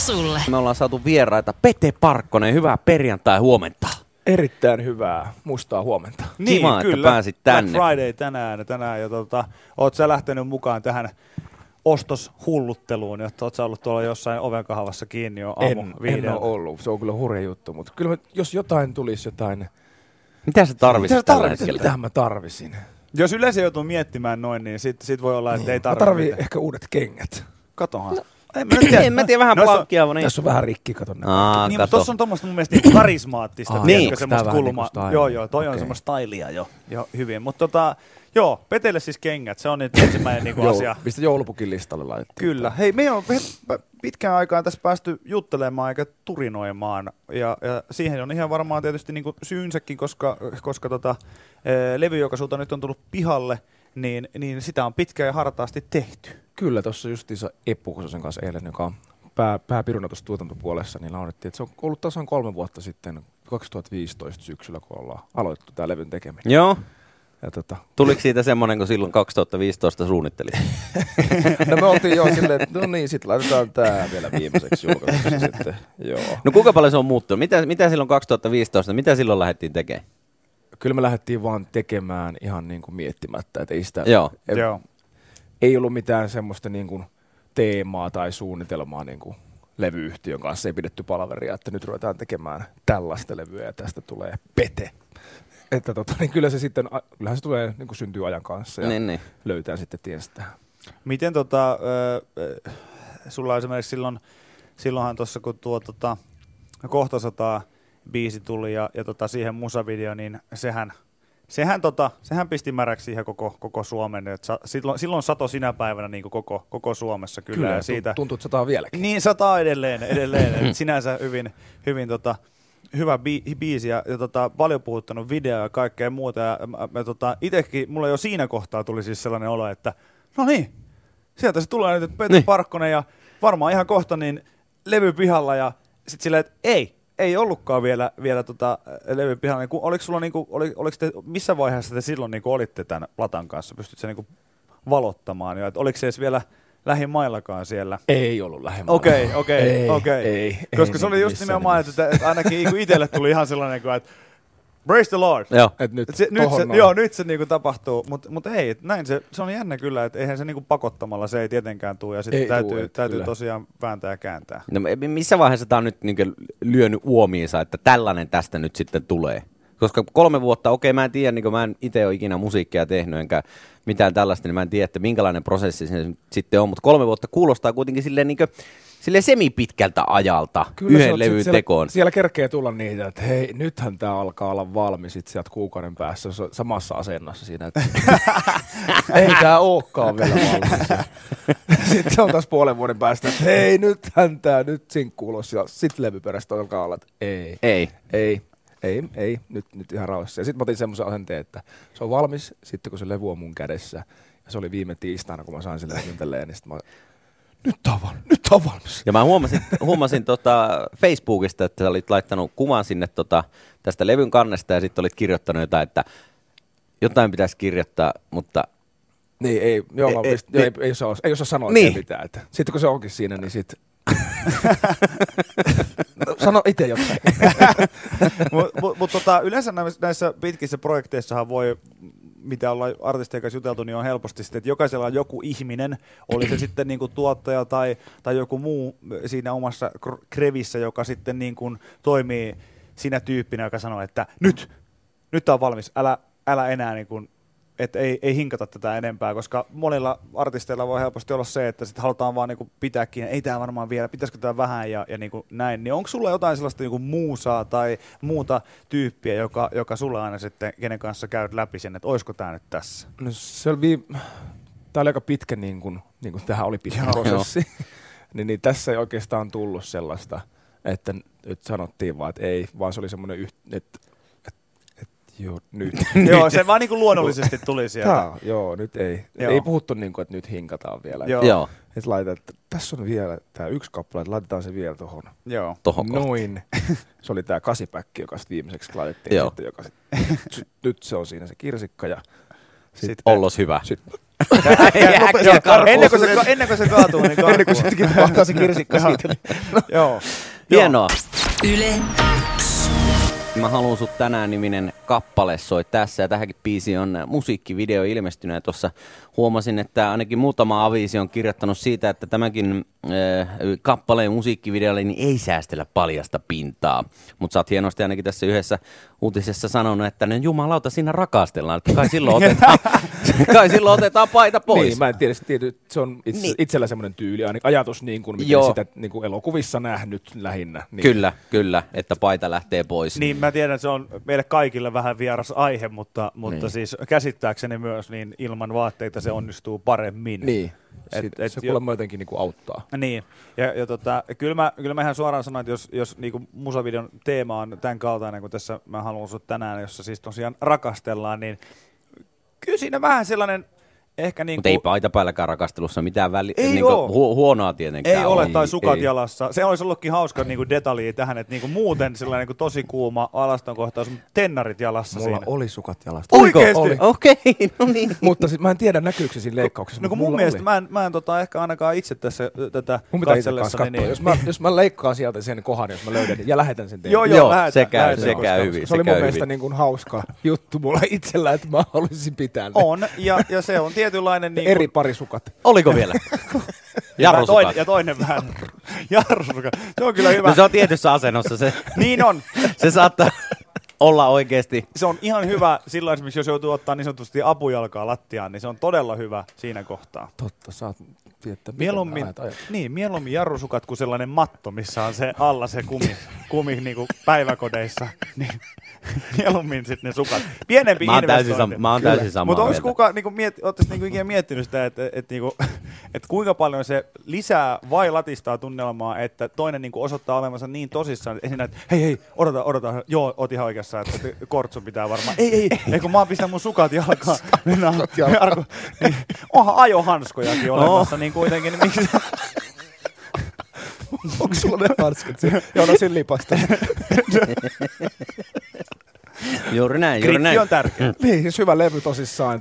sulle. Me ollaan saatu vieraita. Pete Parkkonen, hyvää perjantai, huomenta. Erittäin hyvää mustaa huomenta. Niin, kiva, että pääsit tänne. Black Friday tänään ja oot sä lähtenyt mukaan tähän ostoshulutteluun, että oot sä ollut tuolla jossain ovenkahvassa kiinni jo aamu en ole ollut, se on kyllä hurja juttu, mutta kyllä jos jotain tulisi jotain... Mitä sä tarvitsit tällä hetkellä? Mitähän mä tarvisin? Jos yleensä joutuu miettimään noin, niin sit voi olla, että niin. ei tarvitse. Mä tarvii ehkä uudet kengät. Katohan. No, en mä tiedä, vähän plankkia. Niin. Tässä on vähän rikki, kato. Niin, mutta tossa on tommoista mun mielestä niin karismaattista. Niin, semmoista kulmaa. Joo, toi on semmoista stylia jo hyvin. Mutta joo, Petelle siis kengät, se on nyt ensimmäinen niinku asia. Mistä joulupukin listalle laitettiin. Kyllä. Hei, me on pitkään aikaan tässä päästy juttelemaan eikä turinoimaan. Ja siihen on ihan varmaan tietysti niinku syynsäkin, koska levy, joka sulta nyt on tullut pihalle, niin sitä on pitkään ja hartaasti tehty. Kyllä, tuossa justiinsa Eppu Kososen kanssa eilen, joka on pääpiruna tuossa tuotantopuolessa, niin laulettiin, että se on ollut tasan 3 vuotta sitten, 2015 syksyllä, kun ollaan aloitettu tämä levyn tekeminen. Joo. Ja tuliko siitä semmoinen, kun silloin 2015 suunnittelit? No me oltiin jo silleen, että no niin, sit laitetaan tää vielä viimeiseksi julkaisuksi sitten. Joo. No kuinka paljon se on muuttunut? Mitä silloin 2015, mitä silloin lähdettiin tekemään? Kyllä me lähdettiin vaan tekemään ihan niin kuin miettimättä, että ei sitä... Joo. Ei ollut mitään semmoista niin kuin teemaa tai suunnitelmaa niin kuin levyyhtiön kanssa, ei pidetty palaveria, että nyt ruvetaan tekemään tällaista levyä ja tästä tulee Pete. Että niin kyllähän se tulee niin kuin syntyy ajan kanssa ja löytää sitten tiensä tähän. Miten sulla esimerkiksi silloinhan tuossa kun tuo Kohta 100 biisi tuli ja siihen musavideo, niin sehän pisti märäksi siihen koko Suomen. Et silloin sato sinä päivänä niin koko Suomessa kyllä. Kyllä, ja siitä, tuntuu, että sataa vieläkin. Niin, sataa edelleen. Sinänsä hyvin hyvä biisi ja paljon puhuttanut video ja kaikkea muuta. Ja itsekin, mulla jo siinä kohtaa tuli siis sellainen olo, että no niin, sieltä se tulee nyt Pete Parkkonen ja varmaan ihan kohta niin levy pihalla ja sitten silleen, että ei ollutkaan vielä levy pihalla. Niin, oliko sulla oliko te, missä vaiheessa te silloin olitte tämän platan kanssa? Pystytkö se valottamaan? Ja, oliko se edes vielä lähimaillakaan siellä? Ei ollut lähimailla. Okei. Koska se oli just nimenomaan, että ainakin itselle tuli ihan sellainen, että praise the Lord. Joo. Nyt se tapahtuu, mutta hei, näin se on jännä kyllä, että eihän se pakottamalla se ei tietenkään tule ja sitten täytyy tosiaan vääntää ja kääntää. No, missä vaiheessa tämä on nyt lyönyt uomiinsa, että tällainen tästä nyt sitten tulee? Koska 3 vuotta, mä en tiedä, mä en itse ole ikinä musiikkia tehnyt enkä mitään tällaista, niin mä en tiedä, että minkälainen prosessi se sitten on, mutta 3 vuotta kuulostaa kuitenkin silleen semipitkältä ajalta kyllä yhden levyn tekoon. Siellä kerkee tulla niitä, että hei, nythän tämä alkaa olla valmis, sitten sieltä kuukauden päässä samassa asennossa siinä, että ei tämä olekaan vielä valmis. Sitten on taas 5 vuoden päästä, että hei, nythän tämä nyt sinkku ulos ja sitten levyperäistä alkaa olla, että ei, nyt ihan rauhassa. Ja sitten mä otin semmoisen asenteen, että se on valmis sitten, kun se levy on mun kädessä. Ja se oli viime tiistaina, kun mä sain sen levyn tälleen, niin sitten mä nyt tää on valmis. Ja mä huomasin Facebookista, että sä olit laittanut kuvan sinne tästä levyn kannesta ja sitten olit kirjoittanut jotain, että jotain pitäisi kirjoittaa, mutta... Niin, ei osaa sanoa mitään. Että sitten kun se onkin siinä, niin sitten... No, sano itse jotain. Mutta yleensä näissä pitkissä projekteissahan voi, mitä ollaan artisteja kanssa juteltu, niin on helposti sitten, että jokaisella on joku ihminen, oli se sitten niin kuin tuottaja tai joku muu siinä omassa krevissä, joka sitten niin kuin toimii siinä tyyppinä, joka sanoo, että nyt tämä on valmis, älä enää niin kuin, että ei hinkata tätä enempää, koska monilla artisteilla voi helposti olla se, että sitten halutaan vaan niinku pitää kiinni, ei tämä varmaan vielä, pitäisikö tämä vähän ja niinku näin. Niin onko sulla jotain sellaista niinku muusaa tai muuta tyyppiä, joka sulla aina sitten, kenen kanssa käyt läpi sen, että olisiko tämä nyt tässä? No se oli, tämä oli aika pitkä, niin kuin tähän oli pitkä prosessi, niin tässä ei oikeastaan tullut sellaista, että nyt sanottiin vaan, että ei, vaan se oli semmoinen, että joo, nyt. Joo, se vaan niinku luonnollisesti tuli sieltä. Joo, nyt ei. Joo. Ei puhuttu niinku, että nyt hinkataan vielä. Joo. Että laitetaan, että tässä on vielä tämä 1 kappale, että laitetaan se vielä tohon. Joo. Noin. Se oli tämä 8-päkki, joka sitten viimeiseksi laitettiin. Sitten, nyt se on siinä se kirsikka ja sitten ollos hyvä. Sitten Ennen kuin se kaatuu, niin karkuun. Ennen kuin sittenkin vahtaa se kirsikka siitä. Joo. Hienoa. Yle Mä haluan sut tänään -niminen kappale soi tässä, ja tähänkin biisiin on musiikkivideo ilmestynyt, ja tuossa huomasin, että ainakin muutama aviisi on kirjoittanut siitä, että tämänkin kappaleen musiikkivideolle niin ei säästellä paljasta pintaa. Mutta sä oot hienosti ainakin tässä yhdessä uutisessa sanonut, että ne jumalauta siinä rakastellaan, että kai silloin otetaan paita pois. Niin, mä en tiedä, se on itsellä semmoinen tyyli, ajatus niin kuin miten sitä niin kuin elokuvissa nähnyt lähinnä. Niin. Kyllä, että paita lähtee pois. Niin, mä tiedän, että se on meille kaikille vähän vieras aihe, mutta siis käsittääkseni myös niin ilman vaatteita se onnistuu paremmin. Niin. Se kuulemma jotenkin niinku auttaa. Niin, ja kyllä mä ihan suoraan sanoin, että jos niinku musavideon teema on tämän kaltainen, kun tässä mä haluan sut tänään, jossa siis tosiaan rakastellaan, niin kyllä siinä vähän sellainen ehkä niin. Mutta ei paita päälläkään rakastelussa mitään niinku huonoa tietenkään. Ei ole, tai sukat jalassa. Se olisi ollutkin hauska niinku detaljia tähän, että niinku muuten sellainen niinku tosi kuuma alaston kohtaus, tennarit jalassa. Mulla siinä oli sukat jalassa. Oikeesti? Okei, no niin. Mutta mä en tiedä, näkyykö se siinä leikkauksessa. No kun mun mielestä mä en ehkä ainakaan itse tässä tätä katsellessa. Niin. Jos mä leikkaan sieltä sen kohan, jos mä löydän ja lähetän sen teille. Joo, se käy hyvin. Se oli mun mielestä niin kuin hauska juttu mulla itsellä, että mä haluaisin pitää ne. On, ja se on tietynlainen niin eri parisukat. Oliko vielä? Jarrusukat. Ja toinen vähän. Jarrusukat. Se on kyllä hyvä. No se on tietyssä asennossa se. Niin on. Se saattaa olla oikeasti. Se on ihan hyvä silloin esimerkiksi, jos joutuu ottaa niin sanotusti apujalkaa lattiaan, niin se on todella hyvä siinä kohtaa. Totta, saat tietää. Mieluummin jarrusukat kuin sellainen matto, missä on se alla se kumi niin kuin päiväkodeissa. Niin, mieluummin sitten ne sukat. Pienempi investointi. Mä oon täysin samaa Mutta mieltä. onko kukaan ootteko ikinä miettinyt sitä, että kuinka paljon se lisää vai latistaa tunnelmaa, että toinen niin osoittaa olevansa niin tosissaan, että ensin että hei, odota, joo, oot ihan oikeassa, että kortsu pitää varmaan. Ei, kun mä pistän mun sukat jalkaan. Niin, onhan ajohanskojakin olemassa, niin kuitenkin. Niin miksi? Onko sulla ne hanskat? Joo, no sen lipasta. Juuri näin. Gritti on tärkeä. Niin, siis hyvä levy tosissaan.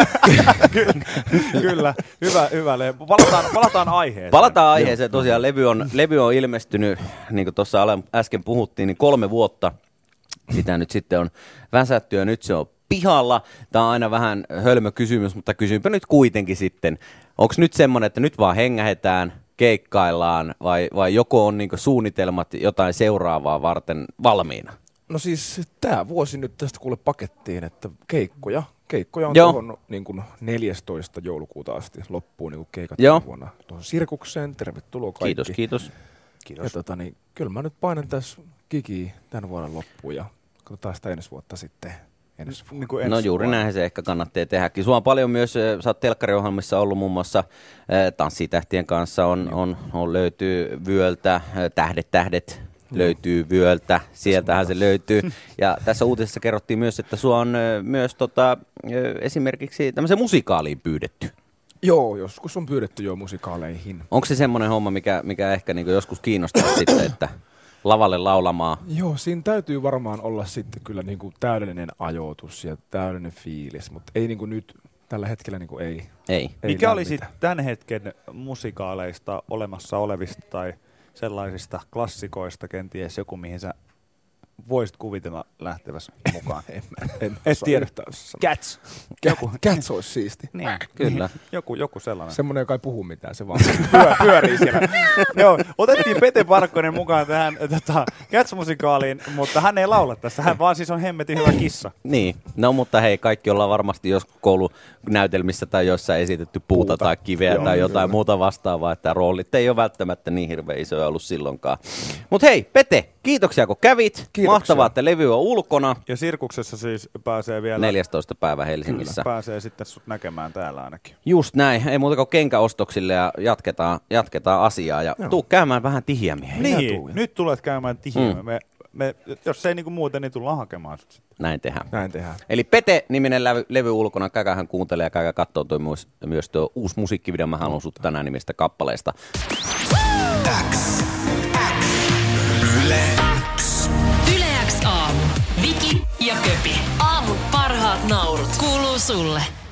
Kyllä, hyvä levy. Palataan aiheeseen. Palataan aiheeseen. Tosiaan levy on ilmestynyt, niin kuin tuossa äsken puhuttiin, niin 3 vuotta. Sitä nyt sitten on väsätty ja nyt se on pihalla. Tämä on aina vähän hölmö kysymys, mutta kysynpä nyt kuitenkin sitten. Onko nyt semmoinen, että nyt vaan hengähetään, keikkaillaan vai joko on niinku suunnitelmat jotain seuraavaa varten valmiina? No siis tämä vuosi nyt tästä kuule pakettiin, että keikkoja on tuohon niin kuin 14. joulukuuta asti loppuun niin kuin keikat vuonna tuohon Sirkukseen. Tervetuloa kaikki. Kiitos. Ja niin, kyllä mä nyt painan tässä gigiä tämän vuoden loppuun ja katsotaan sitä ensi vuotta sitten. No juuri näin se ehkä kannattaa tehdäkin. Sua on paljon myös, sä oot telkkariohjelmissa ollut muun muassa Tanssitähtien kanssa, on löytyy Vyöltä, Tähdet löytyy Vyöltä, sieltähän se löytyy. Ja tässä uutisessa kerrottiin myös, että sua on myös esimerkiksi tämmöisen musikaaliin pyydetty. Joo, joskus on pyydetty jo musikaaleihin. Onko se semmoinen homma, mikä ehkä niinku joskus kiinnostaa sitten, että lavalle laulamaan? Joo, siinä täytyy varmaan olla sitten kyllä niinku täydellinen ajoitus ja täydellinen fiilis, mutta ei niinku nyt tällä hetkellä niinku ei. Mikä olisi tämän hetken musikaaleista olemassa olevista tai sellaisista klassikoista kenties joku, mihin sä voisit kuvitella lähtevässä mukaan? En tiedä. Cats. Cats olisi siisti. Niin, kyllä. Joku sellainen. Semmoinen, joka ei puhu mitään, se vaan pyörii siellä. Joo, otettiin Pete Parkkonen mukaan tähän Cats-musikaaliin, mutta hän ei laula tässä. Hän vaan siis on hemmetin hyvä kissa. Niin, no mutta hei, kaikki ollaan varmasti joskus koulunäytelmissä tai jossain esitetty puuta tai kiveä tai jotain muuta vastaavaa, että roolit ei ole välttämättä niin hirveän isoja ollut silloinkaan. Mutta hei, Pete, kiitoksia kun kävit. Kiitoksia. Mahtavaa, että levy on ulkona. Ja Sirkuksessa siis pääsee vielä 14. päivä Helsingissä. Kyllä, pääsee sitten sut näkemään täällä ainakin. Just näin. Ei muuta kuin kenkäostoksille ja jatketaan asiaa. Ja tuu käymään vähän tihiämiä. Niin, nyt tulet käymään tihiämiä. Jos ei niinku muuten, niin tullaan hakemaan sut sitten. Näin tehdään. Eli Pete-niminen levy ulkona. Käykäähän kuuntelee ja käykää kattoo myös tuo uusi musiikkivideo. Mä haluan sut tänään nimistä kappaleesta. Yle X aamu. Viki ja Köpi. Aamun parhaat naurut kuuluu sulle.